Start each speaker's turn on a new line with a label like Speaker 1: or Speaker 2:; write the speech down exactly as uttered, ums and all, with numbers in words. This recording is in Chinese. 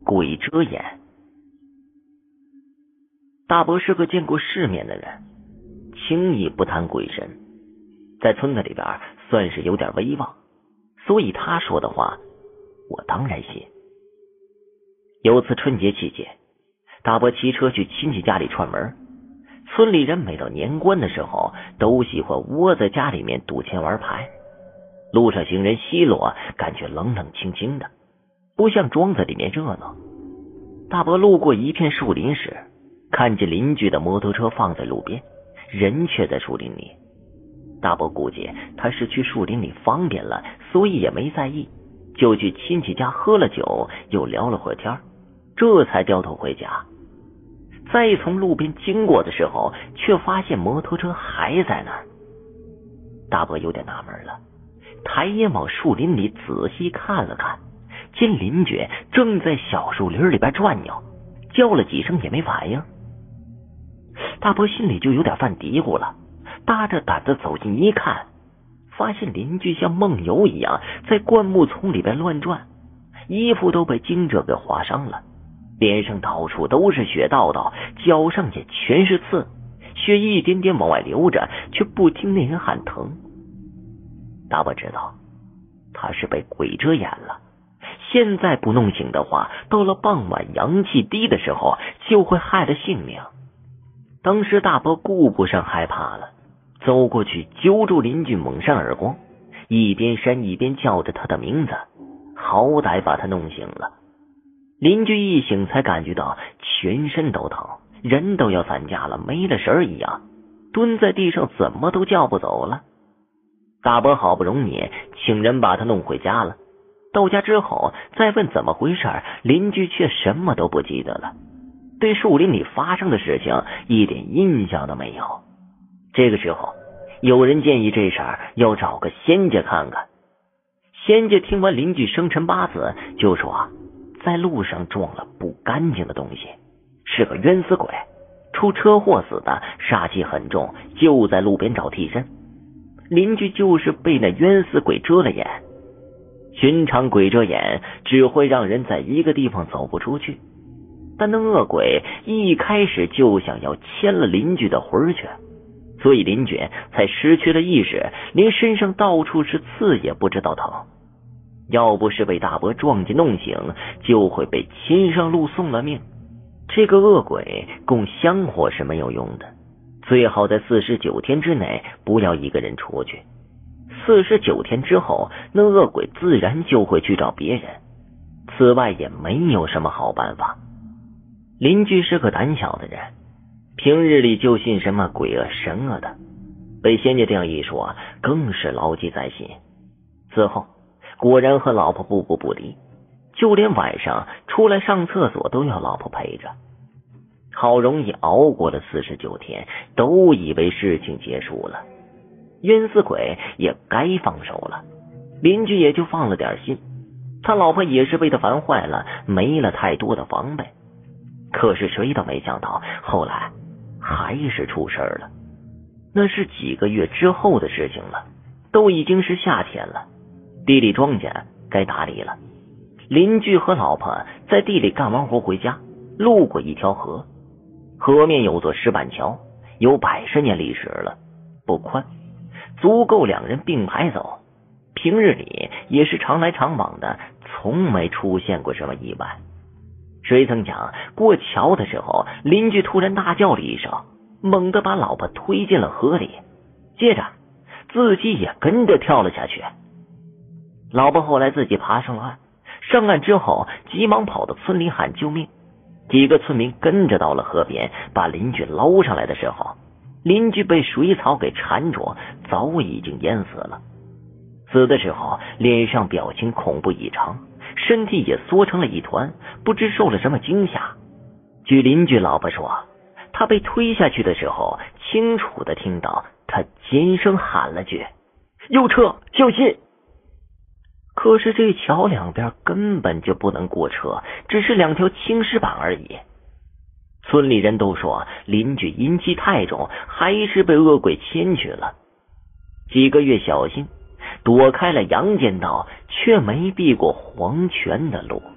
Speaker 1: 鬼遮眼。大伯是个见过世面的人，轻易不谈鬼神，在村子里边算是有点威望，所以他说的话我当然信。有次春节期间，大伯骑车去亲戚家里串门，村里人每到年关的时候都喜欢窝在家里面赌钱玩牌，路上行人稀落，感觉冷冷清清的，不像庄子里面热闹。大伯路过一片树林时，看见邻居的摩托车放在路边，人却在树林里。大伯估计他是去树林里方便了，所以也没在意，就去亲戚家喝了酒，又聊了会儿天，这才掉头回家。再从路边经过的时候，却发现摩托车还在那儿。大伯有点纳闷了，抬眼往树林里仔细看了看，见邻居正在小树林里边转悠，叫了几声也没反应。大伯心里就有点犯嘀咕了，大着胆子走近一看，发现邻居像梦游一样在灌木丛里边乱转，衣服都被惊蛰给划伤了，脸上到处都是血道道，脚上也全是刺，血一点点往外流着，却不听那人喊疼。大伯知道他是被鬼遮眼了，现在不弄醒的话，到了傍晚阳气低的时候就会害了性命。当时大伯顾不上害怕了，走过去揪住邻居猛扇耳光，一边扇一边叫着他的名字，好歹把他弄醒了。邻居一醒才感觉到全身都疼，人都要散架了，没了神一样，蹲在地上怎么都叫不走了。大伯好不容易请人把他弄回家了，到家之后再问怎么回事，邻居却什么都不记得了，对树林里发生的事情一点印象都没有。这个时候有人建议这事儿要找个仙家看看。仙家听完邻居生辰八字，就说在路上撞了不干净的东西，是个冤死鬼，出车祸死的，煞气很重，就在路边找替身。邻居就是被那冤死鬼遮了眼。寻常鬼遮眼只会让人在一个地方走不出去，但那恶鬼一开始就想要牵了邻居的魂去，所以邻居才失去了意识，连身上到处是刺也不知道疼。要不是被大伯撞击弄醒，就会被牵上路送了命。这个恶鬼供香火是没有用的，最好在四十九天之内不要一个人出去。四十九天之后，那恶鬼自然就会去找别人，此外也没有什么好办法。邻居是个胆小的人，平日里就信什么鬼啊神啊的，被仙家这样一说，更是牢记在心。此后果然和老婆不不不离，就连晚上出来上厕所都要老婆陪着。好容易熬过了四十九天，都以为事情结束了，冤死鬼也该放手了，邻居也就放了点心。他老婆也是被他烦坏了，没了太多的防备。可是谁都没想到，后来还是出事了。那是几个月之后的事情了，都已经是夏天了，地里庄稼该打理了。邻居和老婆在地里干完活回家，路过一条河，河面有座石板桥，有百十年历史了，不宽，足够两人并排走。平日里也是常来常往的，从没出现过什么意外。谁曾想过桥的时候，邻居突然大叫了一声，猛地把老婆推进了河里，接着自己也跟着跳了下去。老婆后来自己爬上了岸，上岸之后急忙跑到村里喊救命。几个村民跟着到了河边，把邻居捞上来的时候，邻居被水草给缠住，早已经淹死了。死的时候脸上表情恐怖异常，身体也缩成了一团，不知受了什么惊吓。据邻居老婆说，他被推下去的时候，清楚地听到他尖声喊了句右侧小心。可是这桥两边根本就不能过车，只是两条青石板而已。村里人都说邻居阴气太重，还是被恶鬼牵去了。几个月小心躲开了阳间道，却没避过黄泉的路。